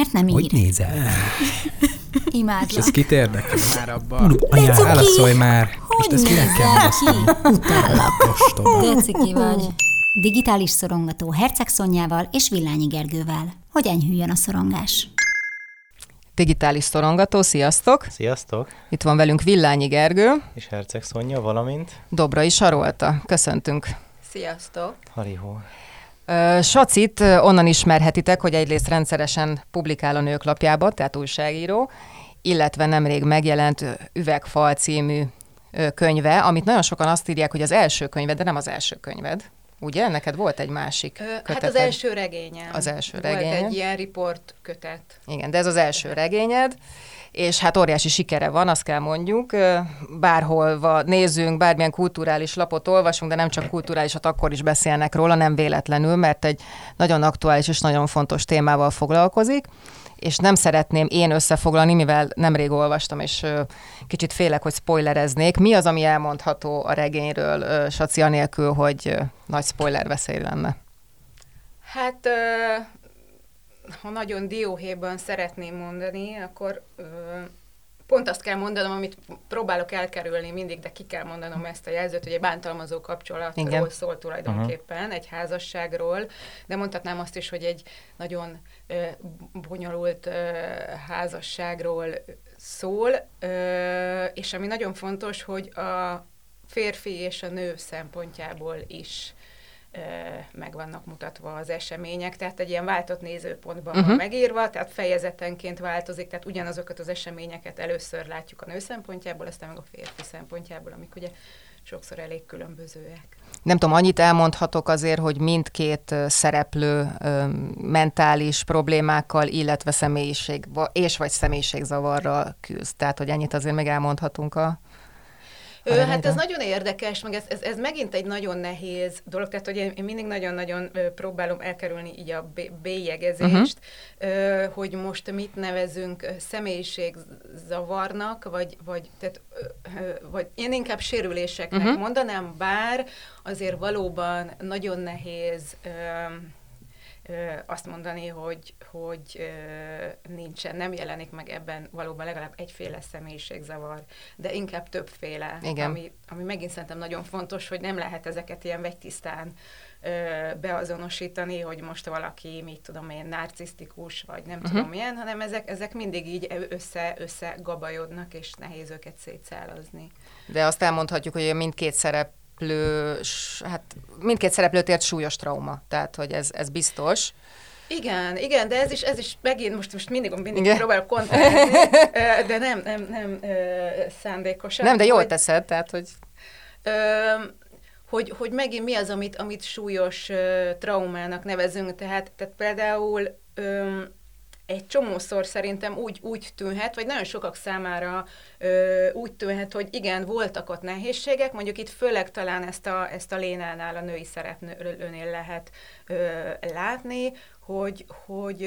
miért nem ír? Hogy nézel? Imádlak. És ez kit érdekel már abban? Anyám, válaszolj már! Hogy Most ezt kinek kell válaszolni? Utállak. Ostoba. De ciki vagy. Digitális szorongató Herceg Szonyával és Villányi Gergővel. Hogy enyhüljön a szorongás? Digitális szorongató, sziasztok! Sziasztok! Itt van velünk Villányi Gergő. És Herceg Szonya, valamint Dobrai Sarolta. Köszöntünk! Sziasztok! Harihó. Sacit onnan ismerhetitek, hogy egyrészt rendszeresen publikál a Nők lapjába, tehát újságíró, illetve nemrég megjelent Üvegfal című könyve, amit nagyon sokan azt írják, hogy az első könyved, de nem az első könyved. Ugye? Neked volt egy másik köteted? Hát az első regényem. Az első volt regényed. egy ilyen riport kötet. Igen, de ez az első regényed, és hát óriási sikere van, azt kell mondjuk. Bárhol nézzünk, bármilyen kulturális lapot olvasunk, de nem csak kulturálisat, akkor is beszélnek róla, nem véletlenül, mert egy nagyon aktuális és nagyon fontos témával foglalkozik, és nem szeretném én összefoglalni, mivel nemrég olvastam, és kicsit félek, hogy spoilereznék. Mi az, ami elmondható a regényről, Saci, anélkül, hogy nagy spoiler veszély lenne? Hát, ha nagyon dióhéjban szeretném mondani, akkor pont azt kell mondanom, amit próbálok elkerülni mindig, de ki kell mondanom ezt a jelzőt, hogy egy bántalmazó kapcsolatról Igen. szól tulajdonképpen, egy házasságról, de mondhatnám azt is, hogy egy nagyon bonyolult házasságról szól, és ami nagyon fontos, hogy a férfi és a nő szempontjából is meg vannak mutatva az események, tehát egy ilyen váltott nézőpontban van megírva, tehát fejezetenként változik, tehát ugyanazokat az eseményeket először látjuk a nő szempontjából, aztán meg a férfi szempontjából, amik ugye sokszor elég különbözőek. Nem tudom, annyit elmondhatok azért, hogy mindkét szereplő mentális problémákkal, illetve vagy személyiségzavarral küzd. Tehát, hogy ennyit azért meg elmondhatunk Hát ez nagyon érdekes, meg ez megint egy nagyon nehéz dolog, tehát hogy én mindig nagyon-nagyon próbálom elkerülni így a bélyegezést, hogy most mit nevezünk személyiségzavarnak, vagy én inkább sérüléseknek mondanám, bár azért valóban nagyon nehéz azt mondani, hogy nem jelenik meg ebben valóban legalább egyféle személyiségzavar, de inkább többféle, ami megint szerintem nagyon fontos, hogy nem lehet ezeket ilyen vegytisztán beazonosítani, hogy most valaki, mit tudom én, narcisztikus, vagy nem tudom milyen, hanem ezek mindig így összegabajodnak, és nehéz őket szétszálazni. De azt elmondhatjuk, hogy mindkét szereplőt ért súlyos trauma, tehát hogy ez biztos. Igen, de ez is megint most mindig próbálok kontrálni, de nem szándékosan. Nem, de jól teszed, tehát hogy megint mi az, amit súlyos traumának nevezünk, tehát például egy csomószor szerintem úgy tűnhet, vagy nagyon sokak számára úgy tűnhet, hogy igen, voltak ott nehézségek, mondjuk itt főleg talán ezt a Lénánál, a női szereplőnél lehet látni, hogy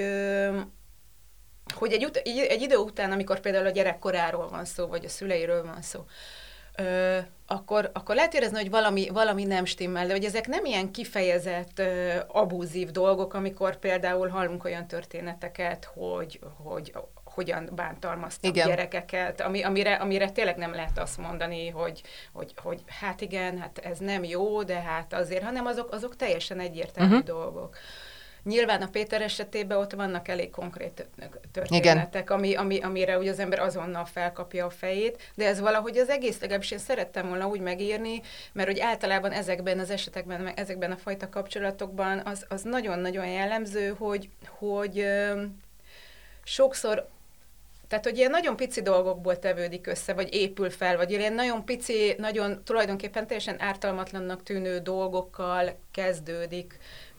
egy idő után, amikor például a gyerekkoráról van szó, vagy a szüleiről van szó, akkor lehet érezni, hogy valami nem stimmel, de hogy ezek nem ilyen kifejezett abúzív dolgok, amikor például hallunk olyan történeteket, hogy hogyan bántalmaztak gyerekeket, amire tényleg nem lehet azt mondani, hogy hát igen, hát ez nem jó, de hát azért, hanem azok teljesen egyértelmű dolgok. Nyilván a Péter esetében ott vannak elég konkrét történetek, amire ugye az ember azonnal felkapja a fejét, de ez valahogy az egész, legalábbis én szerettem volna úgy megírni, mert hogy általában ezekben az esetekben, meg ezekben a fajta kapcsolatokban az nagyon-nagyon jellemző, hogy sokszor, tehát, hogy ilyen nagyon pici dolgokból tevődik össze, vagy épül fel, vagy ilyen nagyon pici, nagyon tulajdonképpen teljesen ártalmatlannak tűnő dolgokkal kezdődik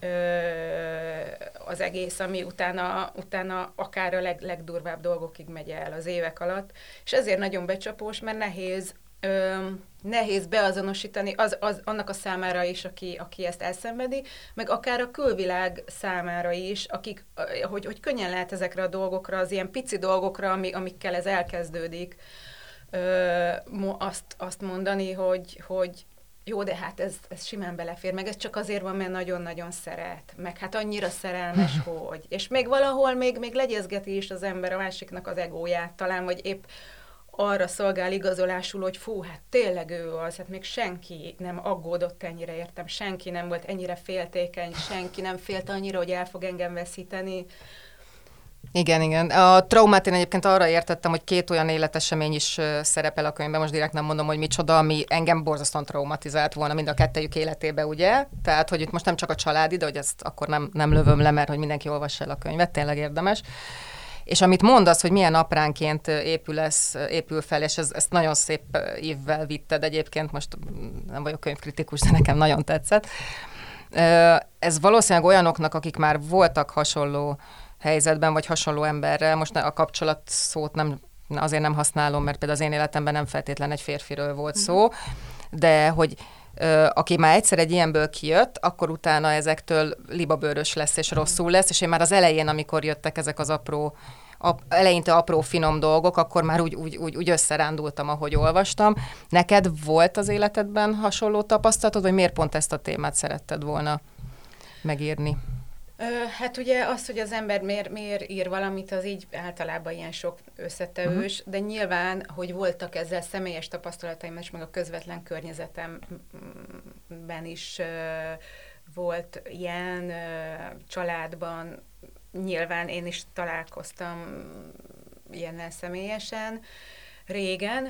az egész, ami utána akár a legdurvább dolgokig megy el az évek alatt. És ezért nagyon becsapós, mert nehéz beazonosítani annak a számára is, aki ezt elszenvedi, meg akár a külvilág számára is, hogy könnyen lehet ezekre a dolgokra, az ilyen pici dolgokra, amikkel ez elkezdődik, azt mondani, hogy jó, de hát ez simán belefér, meg ez csak azért van, mert nagyon-nagyon szeret, meg hát annyira szerelmes, hogy. És még valahol még legyezgeti is az ember a másiknak az egóját talán, vagy épp arra szolgál igazolásul, hogy fú, hát tényleg ő az, hát még senki nem aggódott ennyire, értem, senki nem volt ennyire féltékeny, senki nem félt annyira, hogy el fog engem veszíteni. Igen. A traumát én egyébként arra értettem, hogy 2 olyan életesemény is szerepel a könyvben, most direkt nem mondom, hogy micsoda, ami engem borzasztóan traumatizált volna mind a kettejük életébe, ugye? Tehát, hogy itt most nem csak a családi, de hogy ezt akkor nem lövöm le, mert hogy mindenki olvassa el a könyvet, tényleg érdemes. És amit mondasz, hogy milyen apránként épül fel, és ezt nagyon szép ívvel vitted egyébként, most nem vagyok könyvkritikus, de nekem nagyon tetszett. Ez valószínűleg olyanoknak, akik már voltak hasonló helyzetben, vagy hasonló emberrel, most a kapcsolat szót azért nem használom, mert például az én életemben nem feltétlen egy férfiről volt szó, de hogy aki már egyszer egy ilyenből kijött, akkor ezektől libabőrös lesz és rosszul lesz, és én már az elején, amikor jöttek ezek az eleinte apró finom dolgok, akkor már úgy összerándultam, ahogy olvastam. Neked volt az életedben hasonló tapasztalatod, vagy miért pont ezt a témát szeretted volna megírni? Hát ugye az, hogy az ember miért ír valamit, az így általában ilyen sok összetevős, de nyilván, hogy voltak ezzel személyes tapasztalataim, és meg a közvetlen környezetemben is volt ilyen családban, nyilván én is találkoztam ilyennel személyesen régen,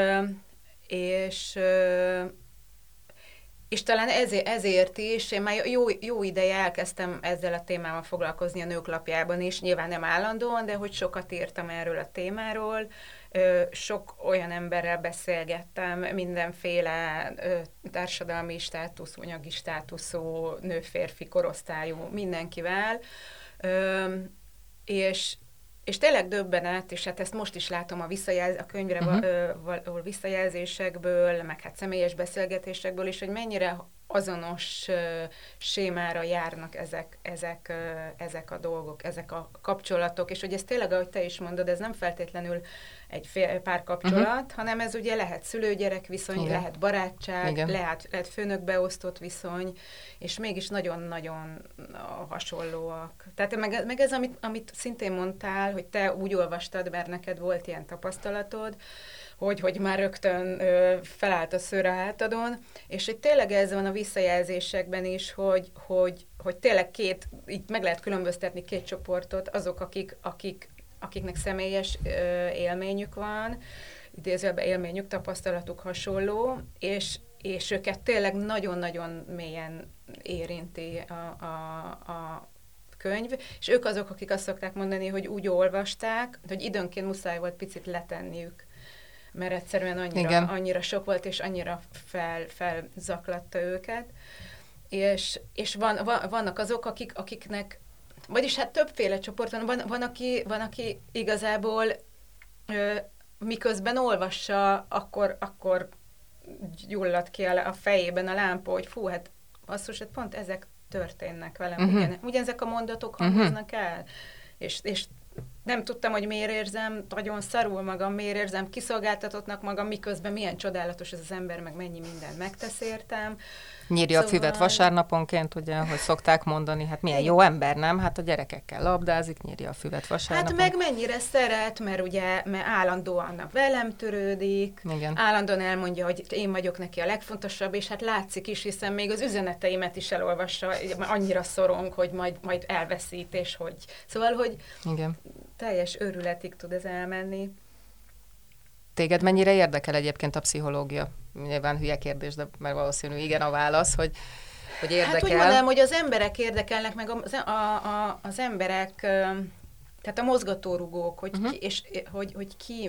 és talán ezért is, én már jó ideje elkezdtem ezzel a témával foglalkozni a Nők Lapjában is, nyilván nem állandóan, de hogy sokat írtam erről a témáról, sok olyan emberrel beszélgettem, mindenféle társadalmi státuszú, anyagi státuszú, nő-férfi korosztályú, mindenkivel, és tényleg döbbenet, és hát ezt most is látom a könyvre való visszajelzésekből, meg hát személyes beszélgetésekből is, hogy mennyire azonos sémára járnak ezek a dolgok, ezek a kapcsolatok, és hogy ez tényleg, ahogy te is mondod, ez nem feltétlenül egy párkapcsolat, hanem ez ugye lehet szülő-gyerek viszony, igen, lehet barátság, igen, lehet főnök-beosztott viszony, és mégis nagyon-nagyon hasonlóak. Tehát meg ez, amit szintén mondtál, hogy te úgy olvastad, mert neked volt ilyen tapasztalatod, hogy már rögtön felállt a szőr a hátadon, és hogy tényleg ez van a visszajelzésekben is, hogy tényleg így meg lehet különböztetni 2 csoportot, azok, akiknek személyes élményük van, idézőjelben élményük, tapasztalatuk hasonló, és őket tényleg nagyon-nagyon mélyen érinti a könyv, és ők azok, akik azt szokták mondani, hogy úgy olvasták, hogy időnként muszáj volt picit letenniük, mert egyszerűen annyira sok volt, és annyira felzaklatta őket. És vannak azok, akiknek, vagyis hát többféle csoport van, aki igazából miközben olvassa, akkor gyullad ki a fejében a lámpa, hogy fú, hát basszus, hát pont ezek történnek velem. Ugyanezek a mondatok hangoznak el, és nem tudtam, hogy miért érzem nagyon szarul magam, miért érzem kiszolgáltatottnak magam, miközben milyen csodálatos ez az ember, meg mennyi mindent megtesz értem. Nyírja a füvet vasárnaponként, ugye, hogy szokták mondani, hát milyen jó ember, nem? Hát a gyerekekkel labdázik, nyírja a füvet vasárnaponként. Hát meg mennyire szeret, mert állandóan velem törődik, igen, állandóan elmondja, hogy én vagyok neki a legfontosabb, és hát látszik is, hiszen még az üzeneteimet is elolvassa, annyira szorong, hogy majd elveszít, és hogy... Szóval, hogy igen, teljes őrületig tud ez elmenni. Téged mennyire érdekel egyébként a pszichológia? Nyilván hülye kérdés, de mert valószínű igen a válasz, hogy érdekel. Hát úgy mondanám, hogy az emberek érdekelnek, meg az emberek, tehát a mozgatórugók, hogy ki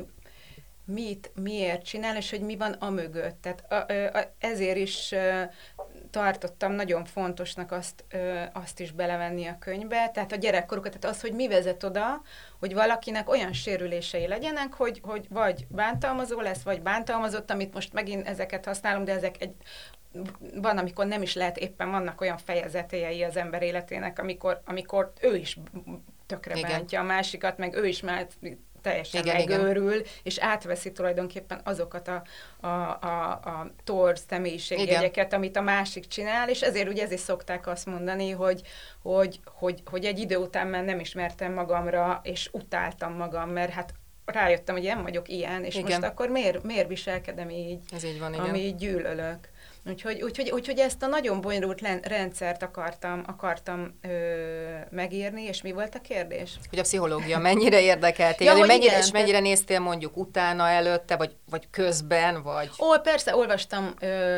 miért csinál, és hogy mi van amögött. Tehát ezért is tartottam nagyon fontosnak azt is belevenni a könyvbe, tehát a gyerekkorukat, tehát az, hogy mi vezet oda, hogy valakinek olyan sérülései legyenek, hogy vagy bántalmazó lesz, vagy bántalmazott, amit most megint ezeket használom, de ezek van, amikor nem is lehet, éppen vannak olyan fejezetei az ember életének, amikor ő is tökre bántja a másikat, meg ő is már teljesen Igen, megőrül, és átveszi tulajdonképpen azokat a torz személyiségjegyeket, amit a másik csinál, és ezért szokták azt mondani, hogy egy idő után már nem ismertem magamra, és utáltam magam, mert hát rájöttem, hogy én vagyok ilyen, és most akkor miért viselkedem így, ez így van, ami így gyűlölök. Úgyhogy ezt a nagyon bonyolult rendszert akartam megírni, és mi volt a kérdés? Hogy a pszichológia mennyire érdekelt és mennyire néztél mondjuk utána, előtte, vagy közben, vagy... Persze, olvastam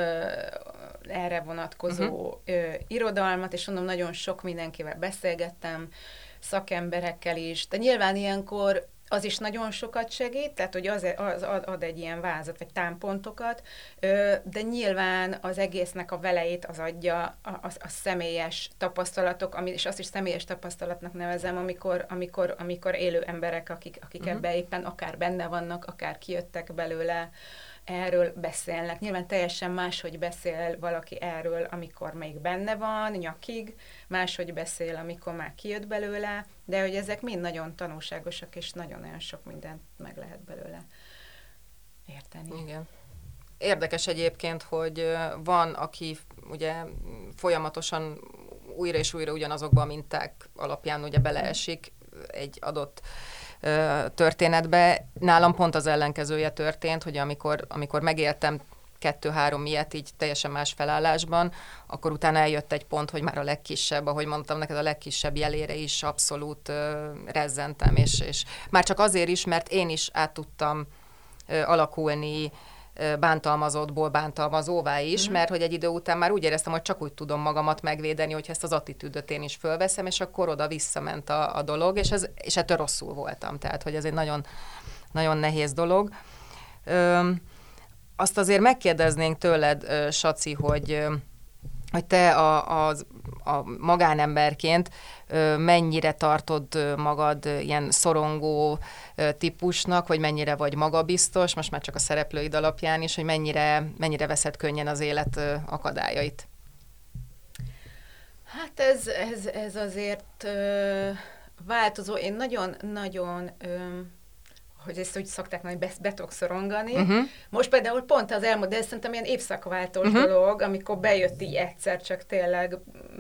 erre vonatkozó irodalmat, és mondom, nagyon sok mindenkivel beszélgettem, szakemberekkel is, de nyilván ilyenkor az is nagyon sokat segít, tehát hogy az ad egy ilyen vázat, vagy támpontokat, de nyilván az egésznek a velejét az adja a személyes tapasztalatok, és azt is személyes tapasztalatnak nevezem, amikor élő emberek, akik ebben éppen akár benne vannak, akár kijöttek belőle, erről beszélnek. Nyilván teljesen máshogy beszél valaki erről, amikor még benne van, nyakig, máshogy beszél, amikor már kijött belőle, de hogy ezek mind nagyon tanulságosak, és nagyon-nagyon sok mindent meg lehet belőle érteni. Igen. Érdekes egyébként, hogy van, aki ugye folyamatosan újra és újra ugyanazokban a minták alapján ugye beleesik egy adott történetbe. Nálam pont az ellenkezője történt, hogy amikor megéltem 2-3 ilyet így teljesen más felállásban, akkor utána eljött egy pont, hogy már a legkisebb, ahogy mondtam neked, a legkisebb jelére is abszolút rezzentem, és már csak azért is, mert én is át tudtam alakulni bántalmazottból bántalmazóvá is, mert hogy egy idő után már úgy éreztem, hogy csak úgy tudom magamat megvédeni, hogy ezt az attitűdöt én is fölveszem, és akkor oda visszament a dolog, és ettől rosszul voltam. Tehát, hogy ez egy nagyon, nagyon nehéz dolog. Azt azért megkérdeznénk tőled, Saci, hogy te a magánemberként mennyire tartod magad ilyen szorongó típusnak, vagy mennyire vagy magabiztos, most már csak a szereplőid alapján is, hogy mennyire veszed könnyen az élet akadályait? Hát ez azért változó. Én nagyon-nagyon... hogy ezt úgy szokták mondani, be tudok szorongani. Most például pont az elmúlt, de ez szerintem ilyen évszakváltós dolog, amikor bejött így egyszer csak tényleg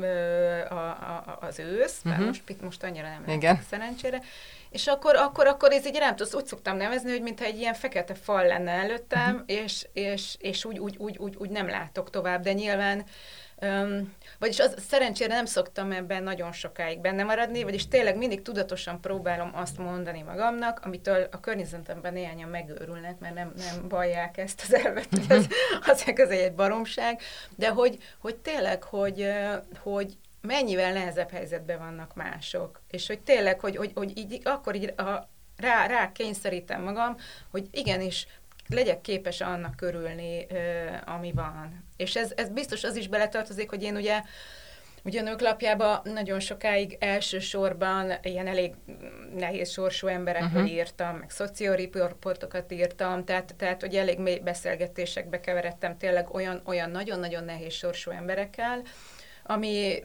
az ősz, mert most annyira nem lehet szerencsére, és akkor ez így rám tudsz, úgy szoktam nevezni, hogy mintha egy ilyen fekete fal lenne előttem, és úgy nem látok tovább, de nyilván vagyis szerencsére nem szoktam ebben nagyon sokáig benne maradni, vagyis tényleg mindig tudatosan próbálom azt mondani magamnak, amitől a környezetemben néhányan megőrülnek, mert nem vallják ezt az elvet, hogy ez egy baromság, de hogy tényleg, hogy mennyivel nehezebb helyzetben vannak mások, és hogy tényleg, hogy így, akkor így rá kényszerítem magam, hogy igenis legyek képes annak körülni, ami van. És ez biztos az is beletartozik, hogy én ugye Nőklapjában nagyon sokáig elsősorban ilyen elég nehéz sorsú emberekről írtam, meg szocioriportokat írtam, tehát hogy elég mély beszélgetésekbe keveredtem tényleg olyan nagyon-nagyon nehéz sorsú emberekkel, ami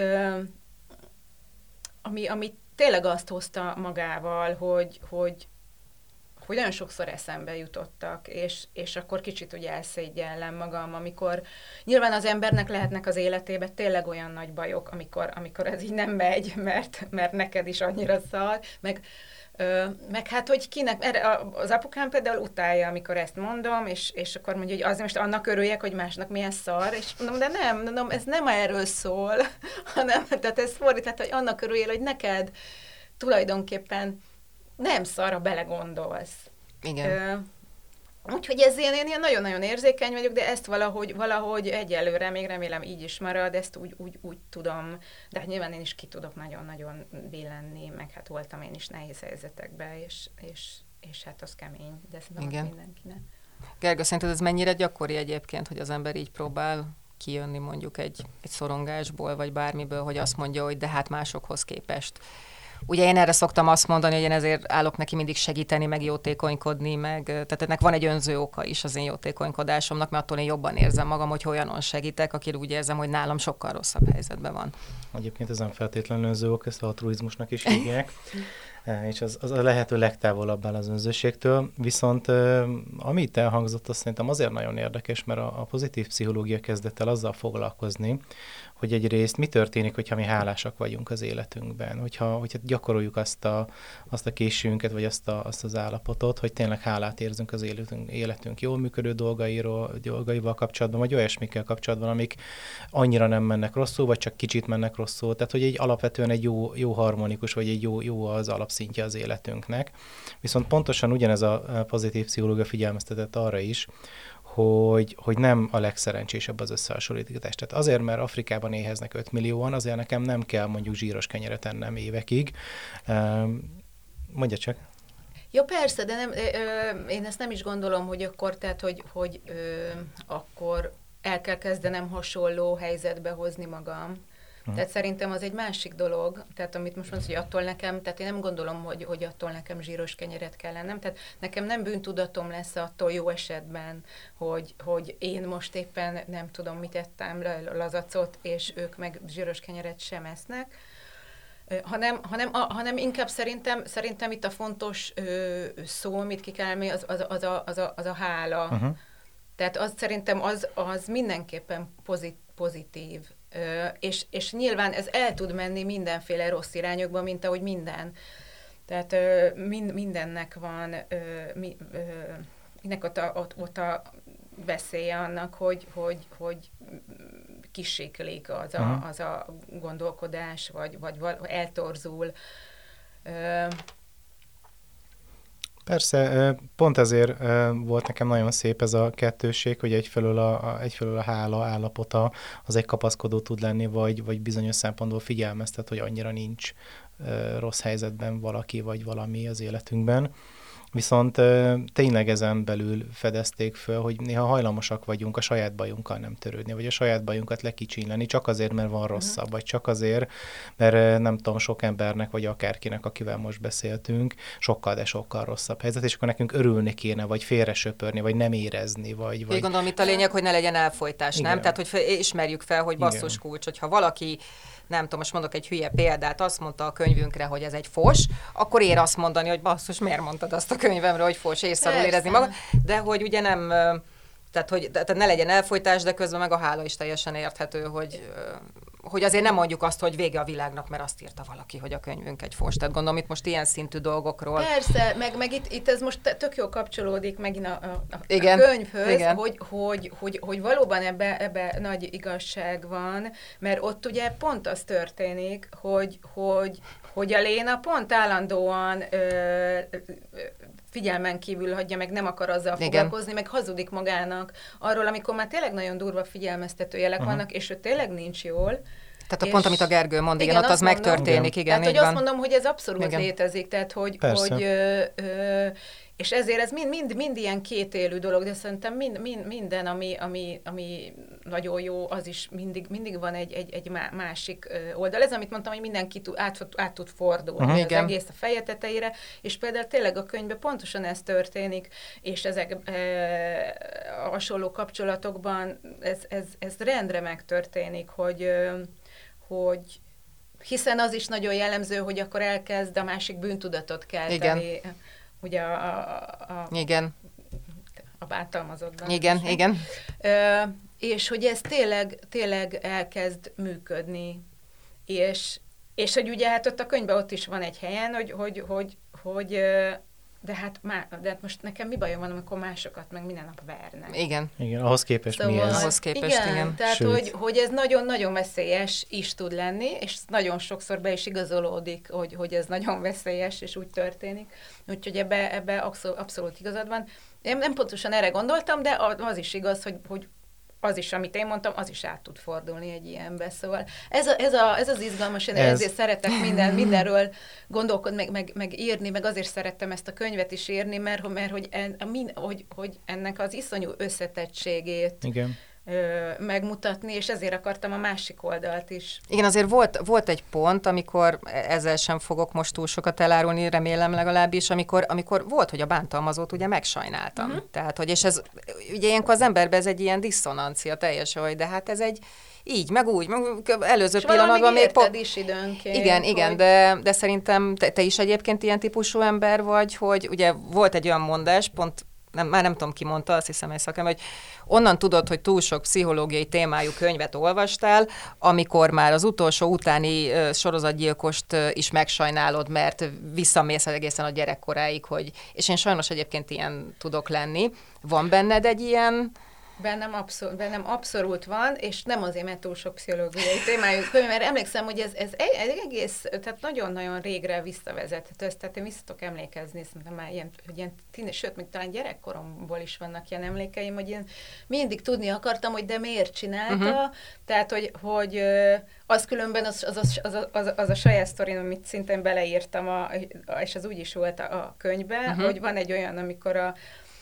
tényleg azt hozta magával, hogy nagyon sokszor eszembe jutottak, és akkor kicsit ugye elszégyellem magam, amikor nyilván az embernek lehetnek az életében tényleg olyan nagy bajok, amikor ez így nem megy, mert neked is annyira szar, meg hát, hogy kinek, az apukám például utálja, amikor ezt mondom, és akkor mondja, hogy azért most annak örüljek, hogy másnak milyen szar, és mondom, de nem, ez nem erről szól, hanem, tehát ez fordít, hogy annak örüljél, hogy neked tulajdonképpen nem szarra belegondolsz. Igen. Úgyhogy én ilyen nagyon-nagyon érzékeny vagyok, de ezt valahogy egyelőre, még remélem így is marad, ezt úgy tudom, de hát nyilván én is ki tudok nagyon-nagyon billenni, meg hát voltam én is nehéz helyzetekben, és hát az kemény, de ezt mindenkinek. Gergő, szerinted ez mennyire gyakori egyébként, hogy az ember így próbál kijönni mondjuk egy szorongásból, vagy bármiből, hogy azt mondja, hogy de hát másokhoz képest. Ugye én erre szoktam azt mondani, hogy én ezért állok neki mindig segíteni, meg jótékonykodni, tehát ennek van egy önző oka is az én jótékonykodásomnak, mert attól én jobban érzem magam, hogy olyanon segítek, akire úgy érzem, hogy nálam sokkal rosszabb helyzetben van. Egyébként ez nem feltétlenül önző ok, ezt altruizmusnak is hívják. És az a lehető legtávolabb áll az önzőségtől. Viszont ami itt elhangzott, azt szerintem azért nagyon érdekes, mert a pozitív pszichológia kezdett el azzal foglalkozni, hogy egyrészt mi történik, hogyha mi hálásak vagyunk az életünkben, hogyha gyakoroljuk azt a készségünket, vagy azt az állapotot, hogy tényleg hálát érzünk az életünk jól működő dolgaival kapcsolatban, vagy olyasmikkel kapcsolatban, amik annyira nem mennek rosszul, vagy csak kicsit mennek rosszul. Tehát, hogy alapvetően egy jó harmonikus, vagy egy jó az alapszintje az életünknek. Viszont pontosan ugyanez a pozitív pszichológia figyelmeztetett arra is, hogy nem a legszerencsésebb az összehasonlítás. Tehát azért, mert Afrikában éheznek 5 millióan, azért nekem nem kell mondjuk zsíros kenyeret ennem évekig. Mondja csak. Jó, persze, de nem, én ezt nem is gondolom, hogy akkor, tehát, hogy akkor el kell kezdenem hasonló helyzetbe hozni magam. Tehát szerintem az egy másik dolog, tehát amit most mondsz, hogy attól nekem, tehát én nem gondolom, hogy attól nekem zsíros kenyeret kell lennem, tehát nekem nem bűntudatom lesz attól jó esetben, hogy én most éppen nem tudom, mit ettem, lazacot, és ők meg zsíros kenyeret sem esznek, hanem inkább szerintem itt a fontos szó, amit ki kell emelni, az a hála. Tehát az szerintem az mindenképpen pozitív. És nyilván ez el tud menni mindenféle rossz irányokba, mint ahogy minden. Tehát mindennek van, mindennek ott a veszélye annak, hogy kisiklik az a gondolkodás, vagy eltorzul. Persze, pont ezért volt nekem nagyon szép ez a kettőség, hogy egyfelől a hála állapota az egy kapaszkodó tud lenni, vagy bizonyos szempontból figyelmeztet, hogy annyira nincs rossz helyzetben valaki vagy valami az életünkben. Viszont tényleg ezen belül fedezték föl, hogy néha hajlamosak vagyunk a saját bajunkkal nem törődni, vagy a saját bajunkat lekicsinyleni, csak azért, mert van rosszabb, vagy csak azért, mert nem tudom, sok embernek, vagy akárkinek, akivel most beszéltünk, sokkal, de sokkal rosszabb helyzet, és akkor nekünk örülni kéne, vagy félresöpörni, vagy nem érezni, vagy... Úgy gondolom, itt a lényeg, hogy ne legyen elfojtás, igen. Nem? Tehát, hogy ismerjük fel, hogy basszus kulcs, hogyha valaki, nem tudom, most mondok egy hülye példát, azt mondta a könyvünkre, hogy ez egy fos, akkor ér azt mondani, hogy basszus, miért mondtad azt a könyvemről, hogy fos, és szarul érezni magad, de hogy ugye nem, tehát ne legyen elfojtás, de közben meg a hála is teljesen érthető, hogy azért nem mondjuk azt, hogy vége a világnak, mert azt írta valaki, hogy a könyvünk egy fos. Tehát gondolom itt most ilyen szintű dolgokról. Persze, meg itt ez most tök jól kapcsolódik megint a könyvhöz, igen. Hogy valóban ebbe nagy igazság van, mert ott ugye pont az történik, hogy a Léna pont állandóan figyelmen kívül hagyja, meg nem akar azzal foglalkozni, meg hazudik magának arról, amikor már tényleg nagyon durva figyelmeztető jelek vannak, és ő tényleg nincs jól. Tehát pont, amit a Gergő mond, igen, ott az megtörténik, igen. Tehát, hogy azt mondom, hogy ez abszolút létezik, tehát, hogy és ezért ez mind ilyen kétélű dolog, de szerintem minden, ami nagyon jó, az is mindig van egy másik oldal. Ez, amit mondtam, hogy mindenki át tud fordulni az egész a feje tetejére, és például tényleg a könyvben pontosan ez történik, és ezek a hasonló kapcsolatokban ez rendre megtörténik, hogy hiszen az is nagyon jellemző, hogy akkor elkezd a másik bűntudatot kelteni. Igen. Ugye a bántalmazottban. Igen. És hogy ez tényleg elkezd működni. És hogy ugye hát ott a könyvben ott is van egy helyen, hogy de hát most nekem mi bajom van, amikor másokat meg minden nap vernek. Igen, ahhoz képest szóval, mi ez? Ahhoz képest, igen. Tehát, hogy ez nagyon-nagyon veszélyes is tud lenni, és nagyon sokszor be is igazolódik, hogy ez nagyon veszélyes, és úgy történik. Úgyhogy ebbe abszolút igazad van. Én nem pontosan erre gondoltam, de az is igaz, hogy az is, amit én mondtam, az is át tud fordulni egy ilyenbe. Szóval ez az izgalmas, én ezért szeretek mindenről gondolkodni, meg írni, meg azért szerettem ezt a könyvet is írni, mert hogy ennek az iszonyú összetettségét megmutatni, és ezért akartam a másik oldalt is. Igen, azért volt egy pont, amikor ezzel sem fogok most túl sokat elárulni, remélem legalábbis, amikor volt, hogy a bántalmazót ugye megsajnáltam. Tehát, hogy és ez ugye ilyenkor az emberben ez egy ilyen diszonancia teljesen, hogy de hát ez egy így, meg úgy, meg előző és pillanatban még... is időnként. Igen, de szerintem te is egyébként ilyen típusú ember vagy, hogy ugye volt egy olyan mondás, pont már nem tudom, ki mondta, azt hiszem egy szakember, hogy onnan tudod, hogy túl sok pszichológiai témájú könyvet olvastál, amikor már az utolsó utáni sorozatgyilkost is megsajnálod, mert visszamész egészen a gyerekkoráig, hogy... És én sajnos egyébként ilyen tudok lenni. Van benned egy ilyen... Bennem abszolút van, és nem azért, mert túl sok pszichológiai témájú könyv, mert emlékszem, hogy ez egész, tehát nagyon-nagyon régre visszavezethető, tehát én vissza tudok emlékezni, szerintem már sőt, még talán gyerekkoromból is vannak ilyen emlékeim, hogy én mindig tudni akartam, hogy de miért csinálta, tehát, hogy az különben az a saját sztorin, amit szintén beleírtam, és az úgy is volt a könyvben, hogy van egy olyan, amikor a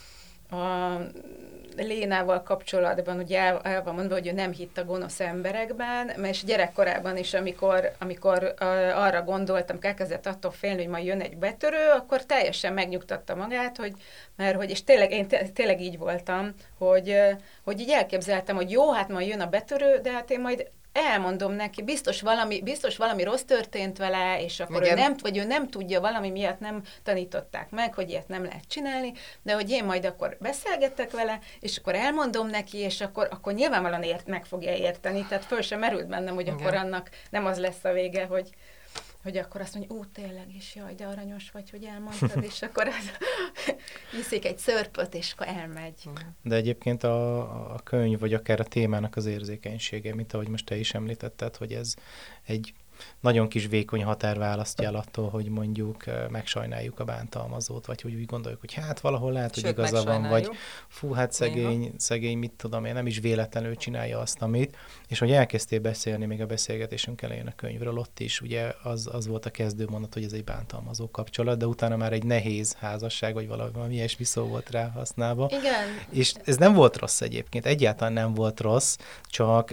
Lénával kapcsolatban ugye el van mondva, hogy ő nem hitt a gonosz emberekben, és gyerekkorában is, amikor arra gondoltam, elkezdett attól félni, hogy majd jön egy betörő, akkor teljesen megnyugtatta magát, és tényleg, én tényleg így voltam, hogy így elképzeltem, hogy jó, hát majd jön a betörő, de hát én majd elmondom neki, biztos valami rossz történt vele, és akkor ő nem tudja, valami miatt nem tanították meg, hogy ilyet nem lehet csinálni, de hogy én majd akkor beszélgetek vele, és akkor elmondom neki, és akkor nyilvánvalóan meg fogja érteni, tehát föl sem merült bennem, hogy akkor annak nem az lesz a vége, hogy akkor azt mondja, tényleg is, jaj, de aranyos vagy, hogy elmondtad, és akkor viszik egy szörpöt, és akkor elmegy. De egyébként a könyv, vagy akár a témának az érzékenysége, mint ahogy most te is említetted, hogy ez egy nagyon kis vékony határ választja el attól, hogy mondjuk megsajnáljuk a bántalmazót, vagy hogy úgy gondoljuk, hogy hát valahol lehet, hogy igaza van, vagy fú, hát szegény, mit tudom én, nem is véletlenül csinálja azt, amit, és hogy elkezdtél beszélni még a beszélgetésünk elején a könyvről, ott is ugye az volt a kezdőmondat, hogy ez egy bántalmazó kapcsolat, de utána már egy nehéz házasság, vagy valami ilyesmi szó volt rá használva. Igen. És ez nem volt rossz egyébként, egyáltalán nem volt rossz, csak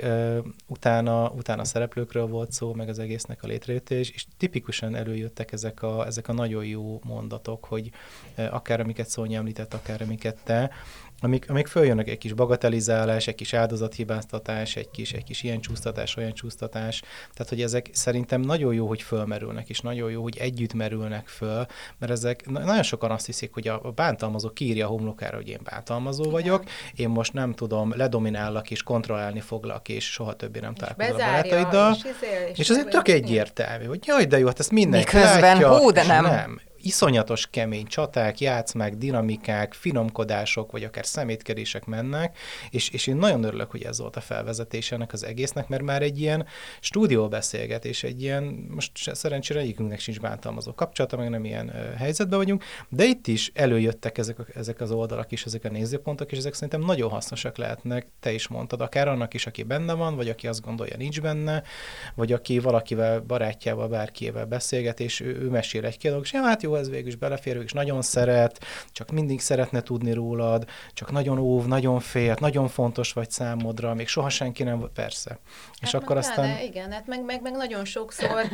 utána szereplőkről volt szó, meg az egésznek a létrejötte, és tipikusan előjöttek ezek a nagyon jó mondatok, hogy akár amiket Szonya említett, akár amiket te, amik följönnek, egy kis bagatelizálás, egy kis áldozathibáztatás, egy kis ilyen csúsztatás, olyan csúsztatás. Tehát, hogy ezek szerintem nagyon jó, hogy fölmerülnek, és nagyon jó, hogy együtt merülnek föl, mert ezek nagyon sokan azt hiszik, hogy a bántalmazó kiírja a homlokára, hogy én bántalmazó vagyok, én most nem tudom, ledominállak és kontrollálni foglak, és soha többé nem találkozol a barátaiddal. És azért tök egyértelmű, hogy jaj, de jó, hát ezt mindenki látja, de nem. Iszonyatos kemény csaták, játszmák, dinamikák, finomkodások, vagy akár szemétkedések mennek, és én nagyon örülök, hogy ez volt a felvezetése ennek az egésznek, mert már egy ilyen stúdióbeszélgetés, egy ilyen, most szerencsére egyikünknek sincs bántalmazó kapcsolata, meg nem ilyen helyzetben vagyunk, de itt is előjöttek ezek az oldalak is, ezek a nézőpontok, és ezek szerintem nagyon hasznosak lehetnek, te is mondtad, akár annak is, aki benne van, vagy aki azt gondolja, nincs benne, vagy aki valakivel, barátjával, bárkivel beszélget, és ő mesél egy-két dolgot, és hát jó, ez végül is belefér, és nagyon szeret, csak mindig szeretne tudni rólad, csak nagyon óv, nagyon fél, nagyon fontos vagy számodra, még soha senki nem, persze. Hát és akkor aztán... Igen, hát meg nagyon sokszor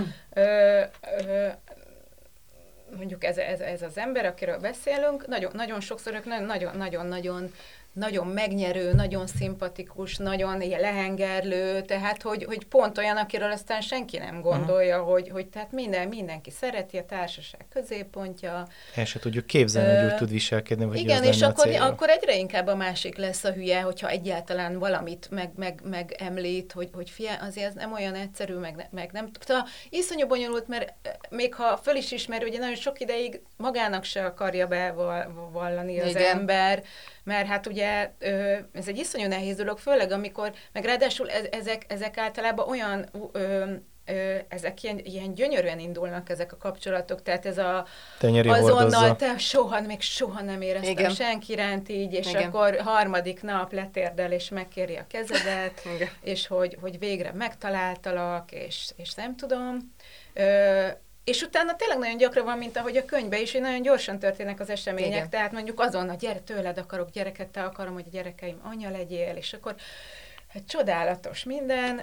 mondjuk ez az ember, akiről beszélünk, nagyon sokszor ők nagyon megnyerő, nagyon szimpatikus, nagyon lehengerlő, tehát hogy pont olyan, akiről aztán senki nem gondolja, hogy tehát mindenki szereti, a társaság középpontja. El se tudjuk képzelni, hogy úgy tud viselkedni, vagy igen, és akkor egyre inkább a másik lesz a hülye, hogyha egyáltalán valamit megemlít, hogy fia, azért ez nem olyan egyszerű, meg nem tudom. Iszonyú bonyolult, mert még ha föl is ismer, ugye nagyon sok ideig magának se akarja bevallani az ember, mert hát ugye ez egy iszonyú nehéz dolog, főleg amikor, meg ráadásul ezek általában olyan, ezek ilyen gyönyörűen indulnak ezek a kapcsolatok, tehát ez azonnal te soha nem éreztem senki iránt így, és akkor harmadik nap letérdel, és megkéri a kezedet, és hogy végre megtaláltalak, és nem tudom. És utána tényleg nagyon gyakran van, mint ahogy a könyvben is, hogy nagyon gyorsan történnek az események, igen. Tehát mondjuk azonnal, gyere, tőled akarok gyereket, te akarom, hogy a gyerekeim anya legyél, és akkor hát csodálatos minden,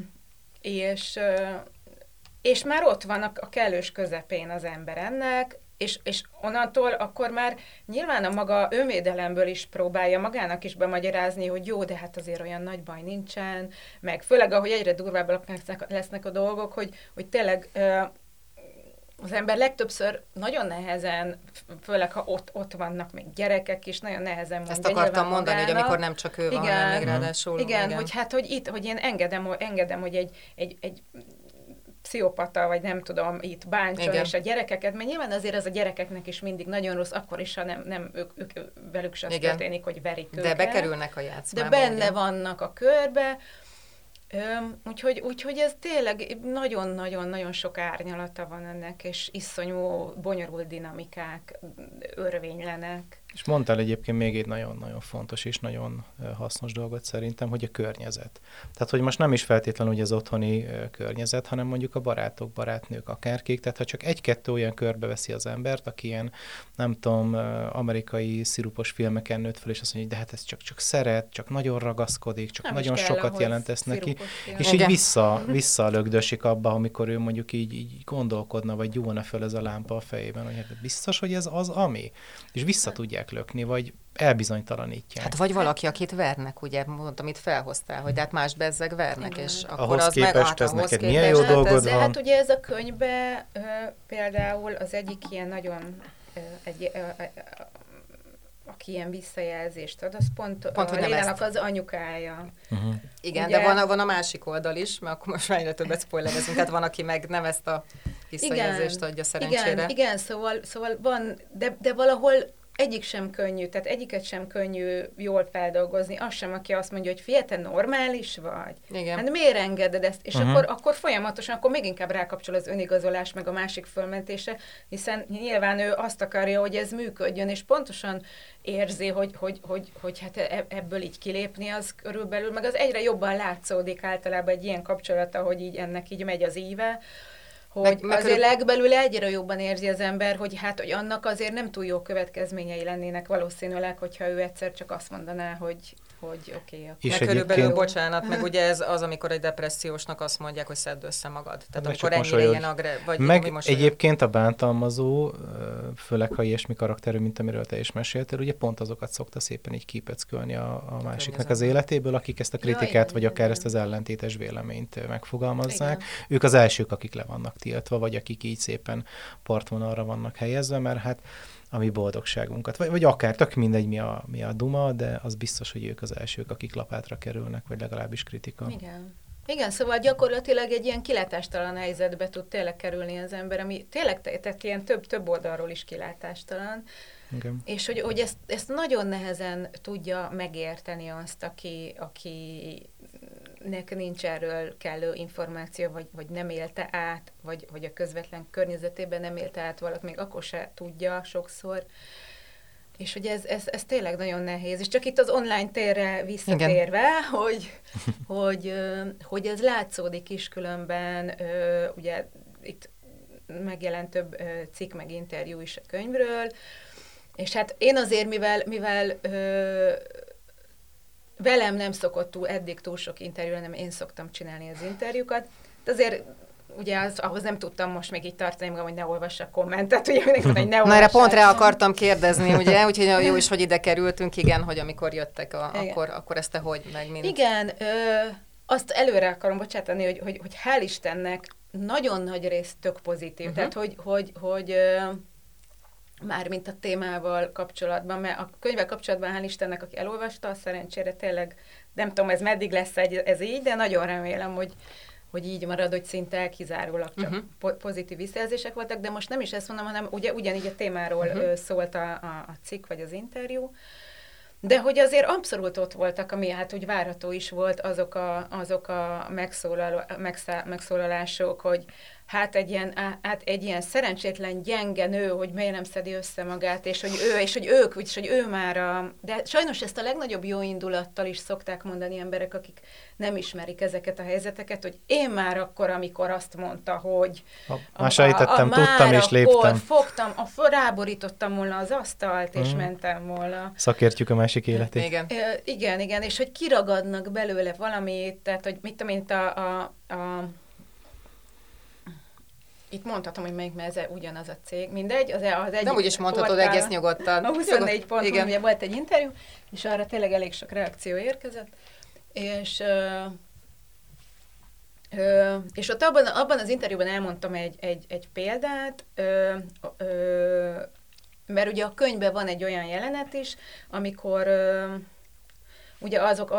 és már ott van a kellős közepén az ember ennek, és onnantól akkor már nyilván a maga önvédelemből is próbálja magának is bemagyarázni, hogy jó, de hát azért olyan nagy baj nincsen, meg főleg, ahogy egyre durvábbak lesznek a dolgok, hogy tényleg az ember legtöbbször nagyon nehezen, főleg ha ott vannak még gyerekek is, nagyon nehezen mondja. Ezt akartam mondani, magának. hogy amikor nem csak ő van, hanem még ráadásul. Igen, hogy én engedem, hogy egy pszichopata, vagy nem tudom, itt bántson, és a gyerekeket, mert nyilván azért az a gyerekeknek is mindig nagyon rossz, akkor is, ha nem ők velük sem történik, hogy verik őket. De bekerülnek a játszmába. De benne vannak a körbe, úgyhogy ez tényleg nagyon-nagyon-nagyon sok árnyalata van ennek, és iszonyú bonyolult dinamikák örvénylenek. És mondtál egyébként még egy nagyon-nagyon fontos és nagyon hasznos dolgot szerintem, hogy a környezet. Tehát, hogy most nem is feltétlenül ugye az otthoni környezet, hanem mondjuk a barátok, barátnők, akárkik. Tehát, ha csak egy-kettő olyan körbe veszi az embert, aki ilyen, nem tudom, amerikai szirupos filmeken nőtt fel, és azt mondja, hogy de hát ez csak szeret, csak nagyon ragaszkodik, csak nem nagyon sokat jelentesz neki. És így visszalögdösik abba, amikor ő mondjuk így gondolkodna, vagy gyúlna föl ez a lámpa a fejében, hogy hát biztos, hogy ez az, ami. És vissza tudják lökni, vagy elbizonytalanítják. Hát vagy valaki, akit vernek, ugye, mondtam, itt felhoztál, hogy de hát más bezzeg vernek, igen. és akkor ahhoz az képest meg ez ahhoz neked képest, milyen jó dolgod van. De hát ugye ez a könyvben például az egyik ilyen nagyon aki ilyen visszajelzést ad, az pont a Lénának az anyukája. Uh-huh. Igen, ugye, de van a másik oldal is, mert akkor most már egyre többet spoilerezünk, tehát van, aki meg nem ezt a visszajelzést adja szerencsére. Igen, szóval van, de valahol egyik sem könnyű, tehát egyiket sem könnyű jól feldolgozni, az sem, aki azt mondja, hogy figyelj, te normális vagy? Igen. Hát miért engeded ezt? És akkor folyamatosan, akkor még inkább rákapcsol az önigazolás, meg a másik fölmentése, hiszen nyilván ő azt akarja, hogy ez működjön, és pontosan érzi, hogy hát ebből így kilépni, az körülbelül, meg az egyre jobban látszódik általában egy ilyen kapcsolata, hogy így ennek így megy az íve, hogy azért legbelül egyre jobban érzi az ember, hogy annak azért nem túl jó következményei lennének valószínűleg, hogyha ő egyszer csak azt mondaná, hogy oké. Meg körülbelül, bocsánat, meg ugye ez az, amikor egy depressziósnak azt mondják, hogy szedd össze magad. Tehát amikor ennyire ilyen vagy meg egyébként a bántalmazó, főleg ha ilyesmi karakterű, mint amiről te is meséltél, ugye pont azokat szokta szépen így kipeckölni a másiknak az életéből, akik ezt a kritikát, vagy akár ezt az ellentétes véleményt megfogalmazzák. Igen. Ők az elsők, akik le vannak tiltva, vagy akik így szépen partvonalra vannak helyezve, mert hát a mi boldogságunkat, vagy akár tök mindegy, mi a duma, de az biztos, hogy ők az elsők, akik lapátra kerülnek, vagy legalábbis kritika. Igen, szóval gyakorlatilag egy ilyen kilátástalan helyzetbe tud tényleg kerülni az ember, ami tényleg tehát ilyen több oldalról is kilátástalan. Igen. És hogy ezt nagyon nehezen tudja megérteni azt, akinek nincs erről kellő információ, vagy nem élte át, vagy a közvetlen környezetében nem élte át valaki, még akkor se tudja sokszor. És hogy ez tényleg nagyon nehéz. És csak itt az online térre visszatérve, hogy ez látszódik is különben, ugye itt megjelent több cikk, meg interjú is a könyvről, és hát én azért, mivel velem nem szokott eddig túl sok interjú, hanem én szoktam csinálni az interjúkat, de azért ugye ahhoz nem tudtam most még így tartani magam, hogy ne olvassak kommentet, ugye mindenki mondta, hogy ne olvassák. Na, erre pont rá akartam kérdezni, ugye, úgyhogy jó is, hogy ide kerültünk, igen, hogy amikor jöttek, akkor ezt te hogy, meg mind. Igen, azt előre akarom bocsátani, hogy hál' Istennek nagyon nagy rész tök pozitív, tehát hogy mármint a témával kapcsolatban, mert a könyvvel kapcsolatban hál' Istennek, aki elolvasta, szerencsére tényleg, nem tudom, ez meddig lesz ez így, de nagyon remélem, hogy így marad, hogy szinte kizárólag csak pozitív visszajelzések voltak, de most nem is ezt mondom, hanem ugye ugyanígy a témáról szólt a cikk vagy az interjú, de hogy azért abszolút ott voltak, ami hát úgy várható is volt, azok a megszólalások, hogy hát egy ilyen szerencsétlen gyenge nő, hogy miért nem szedi össze magát, és hogy ő már de sajnos ezt a legnagyobb jó indulattal is szokták mondani emberek, akik nem ismerik ezeket a helyzeteket, hogy én már akkor, amikor azt mondta, hogy már sejtettem, tudtam és léptem. Fogtam, ráborítottam volna az asztalt, és mentem volna. Szakértjük a másik életét. Igen, és hogy kiragadnak belőle valamit, tehát, hogy mit tudom én, itt mondhatom, hogy melyik, mert ez ugyanaz a cég, mindegy. Az egyik nem úgy is mondhatod egész nyugodtan. A 24 ponton ugye volt egy interjú, és arra tényleg elég sok reakció érkezett, és ott abban az interjúban elmondtam egy példát, mert ugye a könyvben van egy olyan jelenet is, amikor ugye azok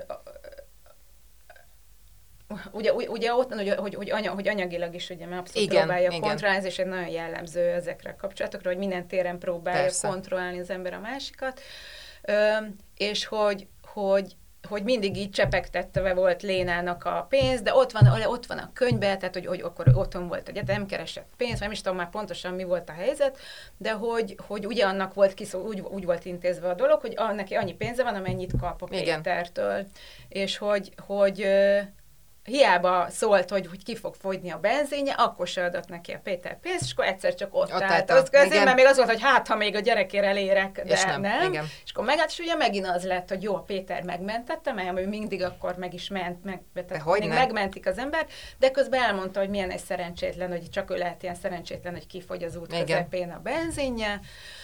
ugye ott van, hogy anyagilag is ugye már abszolút próbálja kontrollálni, és egy nagyon jellemző ezekre a kapcsolatokra, hogy minden téren próbálja kontrollálni az ember a másikat, és hogy mindig így csepegtetve volt Lénának a pénz, de ott van a könyvben, tehát hogy akkor otthon volt egyetem, keresett pénzt, nem is tudom már pontosan mi volt a helyzet, de hogy ugye annak volt úgy volt intézve a dolog, hogy neki annyi pénze van, amennyit kap a Pétertől. És hogy hiába szólt, hogy ki fog fogyni a benzinje, akkor se adott neki a Péter pénzt, és akkor egyszer csak ott állt az közén, mert még az volt, hogy hát, ha még a gyerekére elérek, de nem. És akkor megállt, és ugye megint az lett, hogy jó, a Péter megmentette, mert ő mindig akkor meg is ment, megmentik az embert, de közben elmondta, hogy milyen egy szerencsétlen, hogy csak ő lehet ilyen szerencsétlen, hogy kifogy az út közepén a benzinje.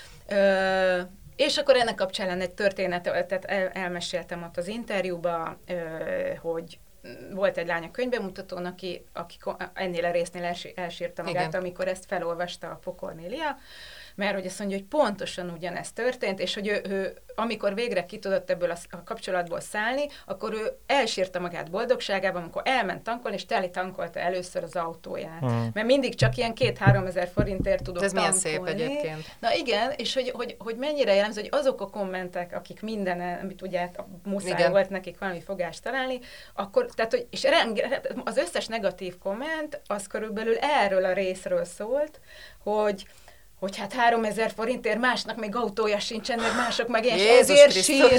És akkor ennek kapcsán egy történetet elmeséltem ott az interjúba, hogy volt egy lány a könyvbemutatón, aki ennél a résznél elsírta magát, amikor ezt felolvasta a Pokornélia, mert hogy azt mondja, hogy pontosan ugyanezt történt, és hogy ő amikor végre ki tudott ebből a kapcsolatból szállni, akkor ő elsírta magát boldogságában, amikor elment tankolni, és teli tankolta először az autóját. Mert mindig csak ilyen 2-3 ezer forintért tudott tankolni. Ez milyen szép egyébként. Na igen, és hogy mennyire jellemző, hogy azok a kommentek, akik minden, amit ugye muszáj volt nekik valami fogást találni, akkor, tehát, hogy, és az összes negatív komment, az körülbelül erről a részről szólt, hogy hát 3000 forintért másnak még autója sincsen, meg mások meg ilyen, ezért sír,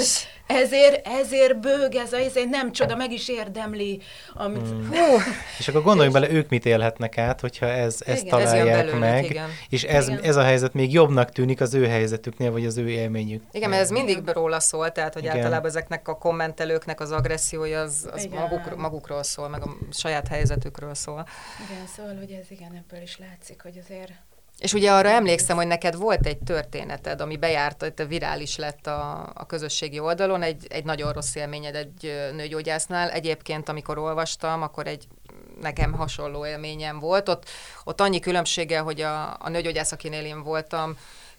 ezért bőg ezért nem csoda, meg is érdemli. Amit, És akkor gondoljunk bele, ők mit élhetnek át, hogyha ezt találják meg, és ez a helyzet még jobbnak tűnik az ő helyzetüknél, vagy az ő élményük. Igen, mert ez mindig róla szól, tehát hogy általában ezeknek a kommentelőknek az agressziója az magukról szól, meg a saját helyzetükről szól. Igen, szóval, hogy ez ebből is látszik, hogy azért... És ugye arra emlékszem, hogy neked volt egy történeted, ami bejárt, hogy virális lett a közösségi oldalon, egy nagyon rossz élményed egy nőgyógyásznál. Egyébként, amikor olvastam, akkor nekem hasonló élményem volt. Ott annyi különbséggel, hogy a nőgyógyász, akinél én voltam,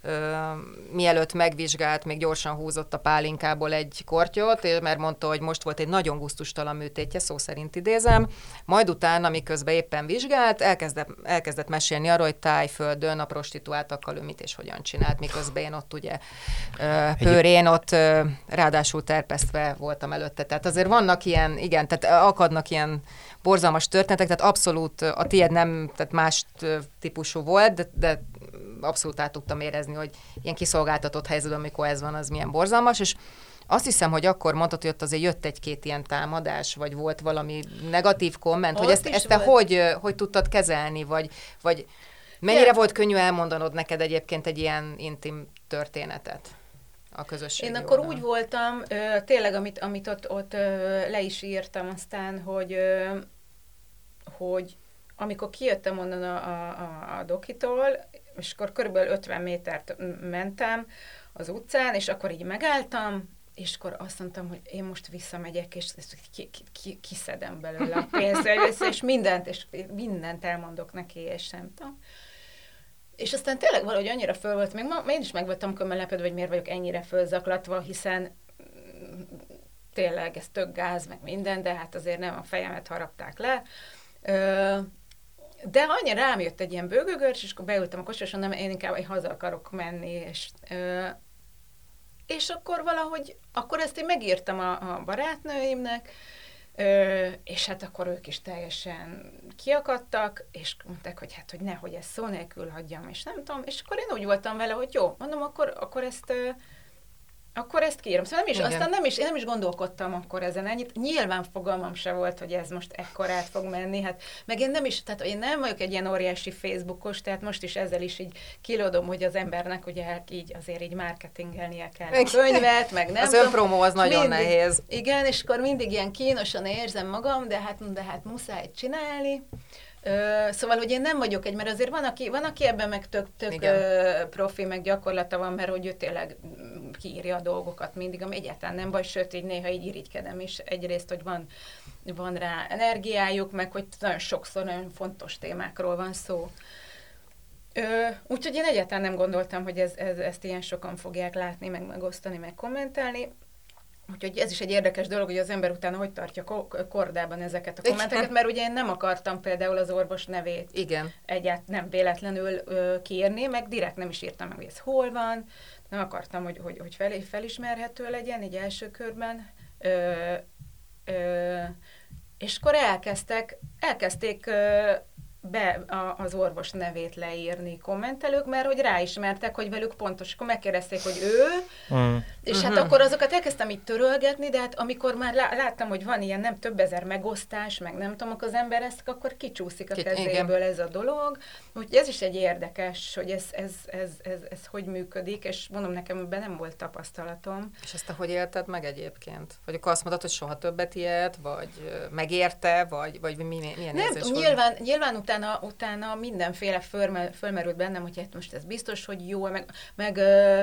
mielőtt megvizsgált, még gyorsan húzott a pálinkából egy kortyot, mert mondta, hogy most volt egy nagyon gusztustalan műtétje, szó szerint idézem, majd utána, miközben éppen vizsgált, elkezdett mesélni arról, hogy Tájföldön a prostituáltakkal ő mit és hogyan csinált, miközben én ott ugye pőrén ott ráadásul terpesztve voltam előtte. Tehát azért vannak ilyen, igen, tehát akadnak ilyen borzalmas történetek, tehát abszolút a tiéd nem, tehát más típusú volt, de abszolút át tudtam érezni, hogy ilyen kiszolgáltatott helyzetben, amikor ez van, az milyen borzalmas, és azt hiszem, hogy akkor mondtad, hogy ott azért jött egy-két ilyen támadás, vagy volt valami negatív komment, hogy ezt te hogy tudtad kezelni, vagy mennyire volt könnyű elmondanod neked egyébként egy ilyen intim történetet a közösségi Én akkor úgy voltam, tényleg, amit ott le is írtam aztán, hogy amikor kijöttem onnan a dokitól, és akkor körülbelül 50 métert mentem az utcán, és akkor így megálltam, és akkor azt mondtam, hogy én most visszamegyek, és kiszedem belőle a pénzt, és mindent elmondok neki, és nem tudom. És aztán tényleg valahogy annyira föl volt, még én is meg voltam meglepődve, hogy miért vagyok ennyire fölzaklatva, hiszen tényleg ez tök gáz, meg minden, de hát azért nem a fejemet harapták le. De annyira rám jött egy ilyen bőgőgörcs, és akkor beültem a kocsiba, és mondom, én inkább haza akarok menni, és akkor valahogy, akkor ezt én megírtam a barátnőimnek, és hát akkor ők is teljesen kiakadtak, és mondták, hogy hát, hogy nehogy ezt szó nélkül hagyjam, és nem tudom, és akkor én úgy voltam vele, hogy jó, mondom, akkor ezt kiírom. Szóval én nem is gondolkodtam akkor ezen ennyit. Nyilván fogalmam se volt, hogy ez most ekkorát fog menni. Hát, meg én nem vagyok egy ilyen óriási Facebookos, tehát most is ezzel is így kilódom, hogy az embernek ugye azért így marketingelnie kell a könyvet, meg nem az önpromó az nagyon nehéz. Igen, és akkor mindig ilyen kínosan érzem magam, de hát muszáj csinálni. Szóval, hogy én nem vagyok mert azért van, aki ebben meg tök profi, meg gyakorlata van, mert hogy ő tényleg kiírja a dolgokat mindig, ami egyáltalán nem baj, sőt, így néha így irigykedem is. Egyrészt, hogy van rá energiájuk, meg hogy nagyon sokszor nagyon fontos témákról van szó. Úgyhogy én egyáltalán nem gondoltam, hogy ezt ilyen sokan fogják látni, meg megosztani, meg kommentálni. Úgyhogy ez is egy érdekes dolog, hogy az ember utána hogy tartja kordában ezeket a kommenteket, mert ugye én nem akartam például az orvos nevét egyáltalán nem véletlenül kiírni, meg direkt nem is írtam meg, hogy ez hol van, nem akartam, hogy felismerhető legyen így első körben. És akkor elkezdték be az orvos nevét leírni kommentelők, mert hogy ráismertek, hogy velük pontos, akkor megkérdezték, hogy ő, és hát akkor azokat elkezdtem így törölgetni, de hát amikor már láttam, hogy van ilyen nem több ezer megosztás, meg nem tudom, az ember ezt akkor kicsúszik a kezéből ez a dolog. Úgyhogy ez is egy érdekes, hogy ez hogy működik, és mondom, nekem ebben nem volt tapasztalatom. És ezt hogy élted meg egyébként? Vagy akkor azt mondtad, hogy soha többet ilyet, vagy megérte, vagy milyen érzés volt? Nyilván utána mindenféle fölmerült bennem, hogy hát most ez biztos, hogy jó, meg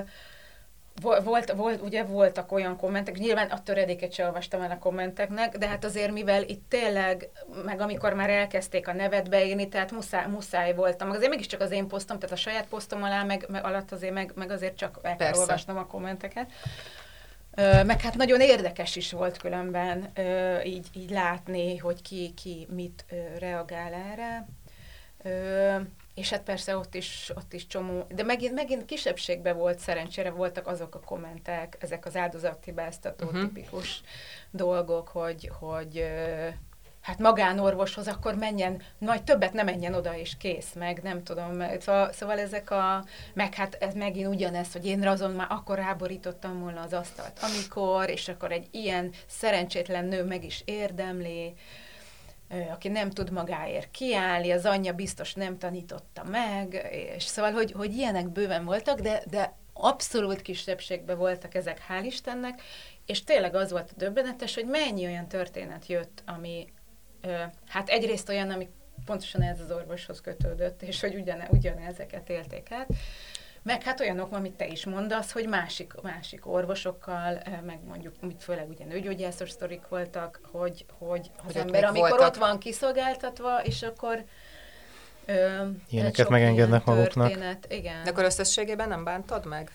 voltak olyan kommentek, nyilván a töredéket sem olvastam el a kommenteknek, de hát azért, mivel itt tényleg, meg amikor már elkezdték a nevet beírni, tehát muszáj voltam. Azért mégiscsak az én posztom, tehát a saját posztom alá, meg alatt azért, meg azért csak el kell olvasnom a kommenteket. Meg hát nagyon érdekes is volt különben így látni, hogy ki mit reagál erre. És hát persze ott is csomó, de megint kisebbségben volt, szerencsére voltak azok a kommentek, ezek az áldozathibáztató tipikus dolgok, hogy hát magánorvoshoz akkor menjen, majd többet nem menjen oda, és kész, meg nem tudom. Szóval meg hát ez megint ugyanez, hogy én azon már akkor ráborítottam volna az asztalt, amikor, és akkor egy ilyen szerencsétlen nő meg is érdemli, aki nem tud magáért kiállni, az anyja biztos nem tanította meg, és szóval, hogy ilyenek bőven voltak, de abszolút kisebbségben voltak ezek, hál' Istennek, és tényleg az volt a döbbenetes, hogy mennyi olyan történet jött, ami hát egyrészt olyan, ami pontosan ez az orvoshoz kötődött, és hogy ugyanezeket élték át, meg hát olyanok, amit te is mondasz, hogy másik orvosokkal, meg mondjuk, főleg ugye nőgyógyászos sztorik voltak, hogy az ember, amikor voltak. Ott van kiszolgáltatva, és akkor ilyeneket megengednek maguknak. Igen. De akkor összességében nem bántad meg?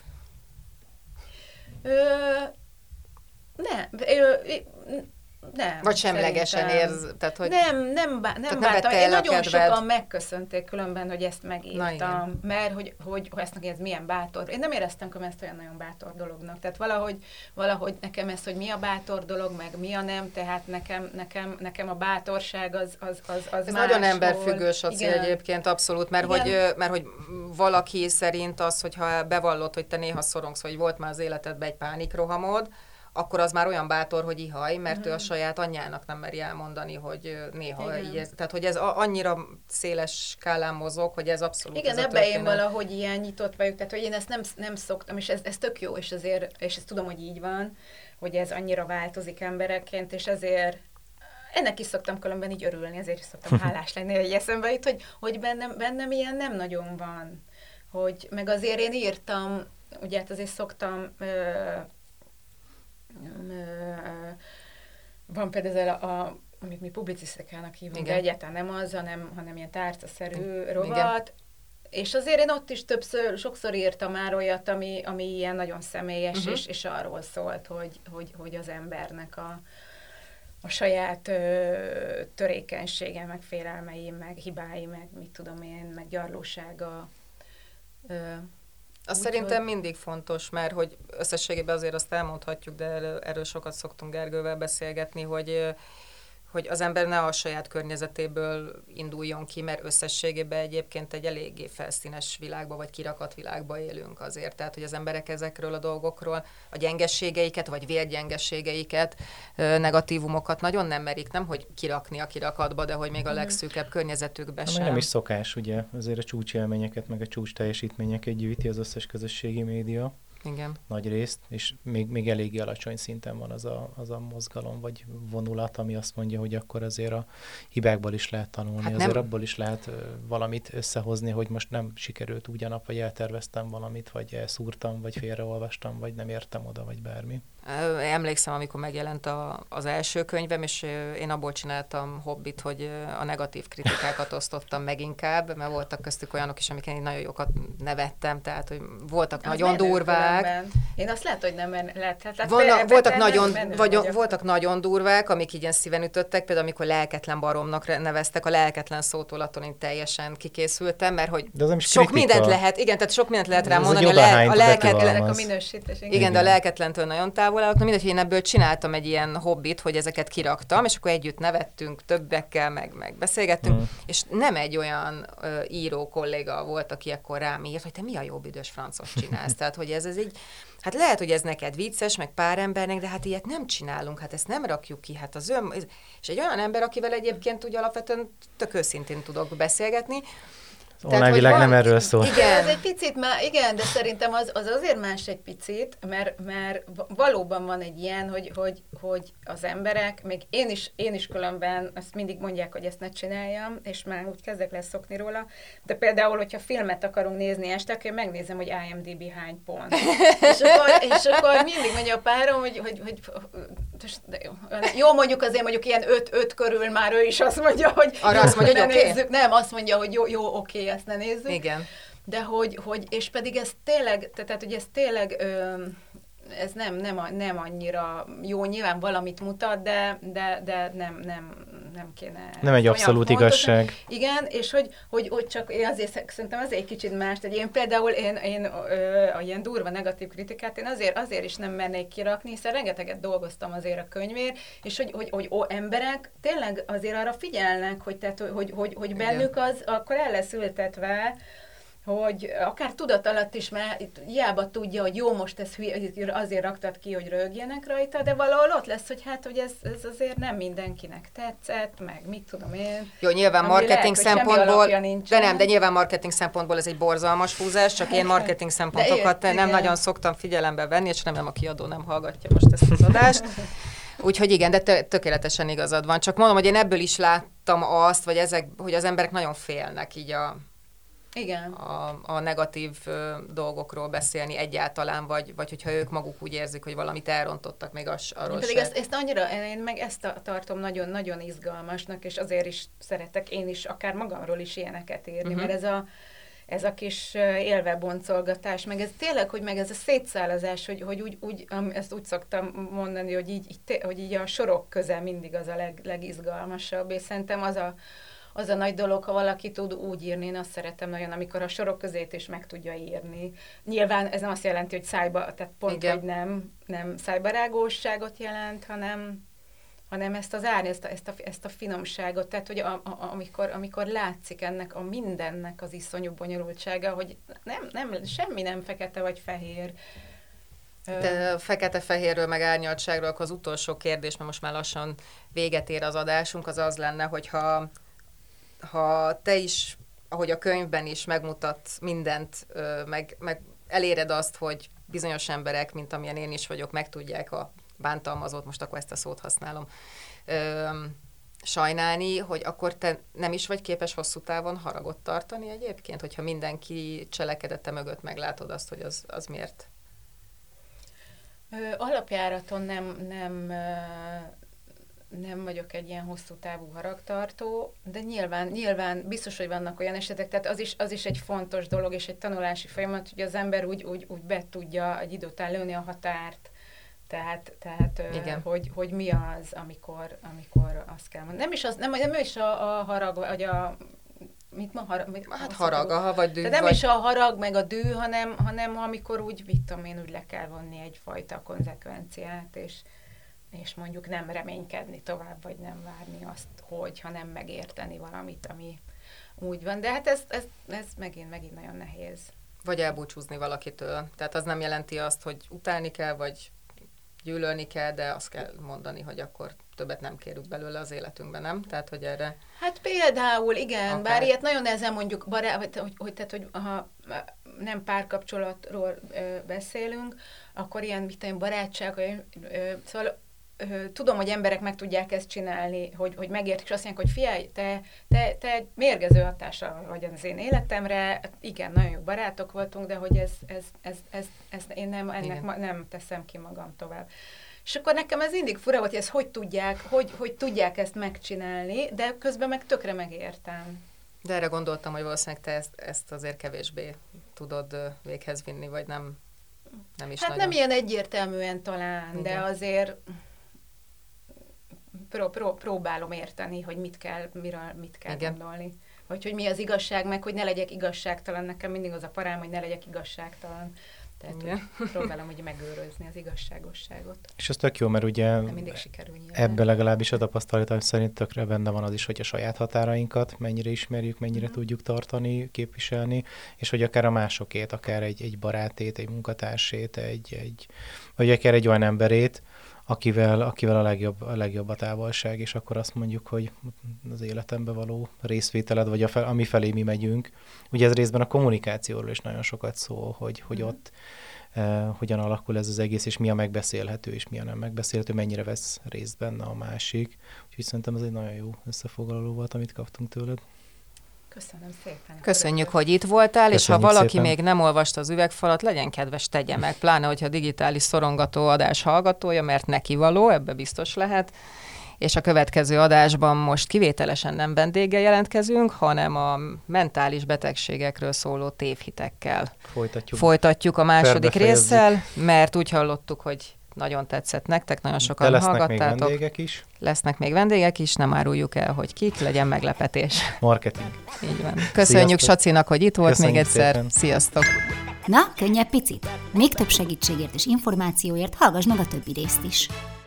Nem. Vagy semlegesen érz, tehát hogy... Nem bántam. Én nagyon sokan megköszönték különben, hogy ezt megírtam, mert hogy ez milyen bátor. Én nem éreztem ezt olyan nagyon bátor dolognak. Tehát valahogy nekem ez, hogy mi a bátor dolog, meg mi a nem, tehát nekem a bátorság az ez nagyon emberfüggő, Saci, egyébként abszolút, mert hogy valaki szerint az, hogyha bevallod, hogy te néha szorongsz, vagy volt már az életedben egy pánikrohamod, akkor az már olyan bátor, hogy ihaj, mert ő a saját anyjának nem meri elmondani, hogy néha így tehát hogy ez annyira széles skálán mozog, hogy ez abszolút igen, ez a ebben én valahogy ilyen nyitott vagyok, tehát hogy én ezt nem szoktam, és ez tök jó, és ezt tudom, hogy így van, hogy ez annyira változik emberekként, és ezért ennek is szoktam különben így örülni, ezért is szoktam hálás lenni, hogy eszembe jut, hogy bennem ilyen nem nagyon van. Meg azért én írtam, ugye hát azért szoktam van például ez amit mi publicisztikának hívunk, de egyáltalán nem az, hanem ilyen tárcaszerű rovat. És azért én ott is sokszor írtam már olyat, ami ilyen nagyon személyes, és arról szólt, hogy az embernek a saját törékenysége, meg félelmei, meg hibái, meg mit tudom én, meg gyarlósága. Azt szerintem mindig fontos, mert hogy összességében azért azt elmondhatjuk, de erről sokat szoktunk Gergővel beszélgetni, hogy az ember ne a saját környezetéből induljon ki, mert összességében egyébként egy eléggé felszínes világba, vagy kirakat világba élünk azért. Tehát, hogy az emberek ezekről a dolgokról, a gyengességeiket, vagy vérgyengességeiket, negatívumokat nagyon nem merik, nem hogy kirakni a kirakatba, de hogy még a legszűkebb környezetükbe sem. Nem is szokás, ugye, azért a csúcsélményeket, meg a csúcs teljesítményeket gyűjti az összes közösségi média. Igen. nagy részt, és még eléggé alacsony szinten van az a mozgalom vagy vonulat, ami azt mondja, hogy akkor azért a hibákból is lehet tanulni, hát azért abból is lehet valamit összehozni, hogy most nem sikerült úgy a nap, vagy elterveztem valamit, vagy elszúrtam, vagy félreolvastam, vagy nem értem oda, vagy bármi. Emlékszem, amikor megjelent az első könyvem, és én abból csináltam hobbit, hogy a negatív kritikákat osztottam meg inkább, mert voltak köztük olyanok is, amiken én nagyon jókat nevettem, tehát hogy voltak az nagyon durvák. Én azt lehet, hogy nem lehet. Voltak nagyon durvák, amik így ilyen szíven ütöttek, például amikor lelketlen baromnak neveztek, a lelketlen szótól attól én teljesen kikészültem, mert hogy sok mindent lehet, igen, tehát sok mindent lehet rá mondani, a lelketlen, igen, de a lelketlentől nagyon távol állok. Na mindegy, én ebből csináltam egy ilyen hobbit, hogy ezeket kiraktam, és akkor együtt nevettünk, többekkel, meg beszélgettünk, és nem egy olyan író kolléga volt, aki akkor rám írt, hogy te mi a jó büdös francot csinálsz. Tehát, hogy ez így, hát lehet, hogy ez neked vicces, meg pár embernek, de hát ilyet nem csinálunk, hát ezt nem rakjuk ki, hát és egy olyan ember, akivel egyébként úgy alapvetően tök őszintén tudok beszélgetni. Az online világ nem erről szól. Igen, ez egy picit már, igen, de szerintem az azért más egy picit, mert valóban van egy ilyen, hogy az emberek, még én is különben, azt mindig mondják, hogy ezt ne csináljam, és már úgy kezdek leszokni róla, de például, hogyha filmet akarunk nézni este, akkor én megnézem, hogy IMDb hány pont. és akkor mindig mondja a párom, hogy jó, mondjuk ilyen 5 körül már ő is azt mondja, hogy arra azt mondja, hogy nézzük. Nem, azt mondja, hogy jó, oké, ezt ne nézzük. Igen. De hogy és pedig ez tényleg, tehát hogy ez tényleg, ez nem annyira jó, nyilván valamit mutat, de nem kéne. Nem egy abszolút igazság. Igen, és hogy csak én azért szerintem azért egy kicsit más, hogy én például a ilyen durva negatív kritikát én azért is nem mernék kirakni, hiszen rengeteget dolgoztam azért a könyvért, és hogy emberek tényleg azért arra figyelnek, hogy bennük az akkor el lesz ültetve, hogy akár tudat alatt is, mert hiába tudja, hogy jó, most ez azért raktad ki, hogy rögjenek rajta, de valahol ott lesz, hogy hát, hogy ez azért nem mindenkinek tetszett, meg mit tudom én. Jó, nyilván marketing szempontból, de nyilván marketing szempontból ez egy borzalmas húzás, csak én marketing szempontokat nem nagyon szoktam figyelembe venni, és remélem a kiadó nem hallgatja most ezt az adást. Úgyhogy igen, de tökéletesen igazad van. Csak mondom, hogy én ebből is láttam azt, hogy az emberek nagyon félnek így igen. A negatív dolgokról beszélni egyáltalán, vagy hogyha ők maguk úgy érzik, hogy valamit elrontottak, még arról pedig ezt annyira, én meg ezt tartom nagyon-nagyon izgalmasnak, és azért is szeretek én is akár magamról is ilyeneket írni, mert ez a kis élveboncolgatás, meg ez tényleg, hogy meg ez a szétszálazás, hogy ezt úgy szoktam mondani, hogy így a sorok köze mindig az a legizgalmasabb, és szerintem az a nagy dolog, ha valaki tud úgy írni, én azt szeretem nagyon, amikor a sorok közét is meg tudja írni. Nyilván ez nem azt jelenti, hogy tehát pont, hogy nem szájbarágóságot jelent, hanem ezt az árny, ezt a finomságot, tehát hogy amikor látszik ennek a mindennek az iszonyú bonyolultsága, hogy semmi nem fekete vagy fehér. De fekete-fehérről meg árnyaltságról akkor az utolsó kérdés, mert most már lassan véget ér az adásunk, az lenne, hogy ha te is, ahogy a könyvben is megmutatsz mindent, meg eléred azt, hogy bizonyos emberek, mint amilyen én is vagyok, meg tudják a bántalmazót, most akkor ezt a szót használom, sajnálni, hogy akkor te nem is vagy képes hosszú távon haragot tartani egyébként, hogyha mindenki cselekedete mögött meglátod azt, hogy az miért? Alapjáraton nem vagyok egy ilyen hosszú távú haragtartó, de nyilván biztos, hogy vannak olyan esetek, tehát az is egy fontos dolog, és egy tanulási folyamat, hogy az ember úgy be tudja egy idő után lőni a határt, tehát hogy mi az, amikor azt kell mondani. Nem is a harag, vagy a mit ma harag? Hát harag, vagy dű. Tehát nem is a harag, meg a dű, hanem amikor úgy le kell vonni egyfajta konzekvenciát, és mondjuk nem reménykedni tovább, vagy nem várni azt, hanem megérteni valamit, ami úgy van. De hát ez megint nagyon nehéz. Vagy elbúcsúzni valakitől. Tehát az nem jelenti azt, hogy utálni kell, vagy gyűlölni kell, de azt kell mondani, hogy akkor többet nem kérünk belőle az életünkben, nem? Tehát, hogy erre... Hát például, igen, bár ilyet nagyon nehezen mondjuk nem párkapcsolatról beszélünk, akkor ilyen, mit tudom, barátság, szóval tudom, hogy emberek meg tudják ezt csinálni, hogy megértik, és azt mondják, hogy figyelj, te mérgező hatással vagy az én életemre, igen, nagyon jó barátok voltunk, de hogy ez én nem teszem ki magam tovább. És akkor nekem ez mindig fura volt, hogy ezt hogy tudják ezt megcsinálni, de közben meg tökre megértem. De erre gondoltam, hogy valószínűleg te ezt azért kevésbé tudod véghez vinni, vagy nem is hát nagyon. nem ilyen egyértelműen talán, igen. De azért próbálom érteni, hogy mit kell gondolni. Vagy hogy mi az igazság, meg hogy ne legyek igazságtalan. Nekem mindig az a parám, hogy ne legyek igazságtalan. Tehát próbálom ugye megőrözni az igazságosságot. És ez tök jó, mert ugye ebben legalábbis a tapasztalatom szerint tökre benne van az is, hogy a saját határainkat mennyire ismerjük, mennyire tudjuk tartani, képviselni, és hogy akár a másokét, akár egy barátét, egy munkatársét, vagy akár egy olyan emberét, akivel a legjobb a távolság, és akkor azt mondjuk, hogy az életemben való részvételed, vagy ami felé mi megyünk. Ugye ez részben a kommunikációról is nagyon sokat szól, hogy ott hogyan alakul ez az egész, és mi a megbeszélhető, és mi a nem megbeszélhető, mennyire vesz részt benne a másik. Úgyhogy szerintem ez egy nagyon jó összefoglaló volt, amit kaptunk tőled. Köszönöm szépen. Köszönjük, hogy itt voltál, és ha valaki még nem olvasta az Üvegfalat, legyen kedves, tegye meg, pláne, hogyha digitális szorongató adás hallgatója, mert neki való, ebbe biztos lehet. És a következő adásban most kivételesen nem vendéggel jelentkezünk, hanem a mentális betegségekről szóló tévhitekkel. Folytatjuk a második résszel, mert úgy hallottuk, hogy nagyon tetszett nektek, nagyon sokan hallgattátok. Lesznek még vendégek is. Lesznek még vendégek is, nem áruljuk el, hogy kik, legyen meglepetés. Marketing. Így van. Köszönjük Sacinak, hogy itt volt. Köszönjük még egyszer. Szépen. Sziasztok! Na, könnyebb picit? Még több segítségért és információért hallgass meg a többi részt is.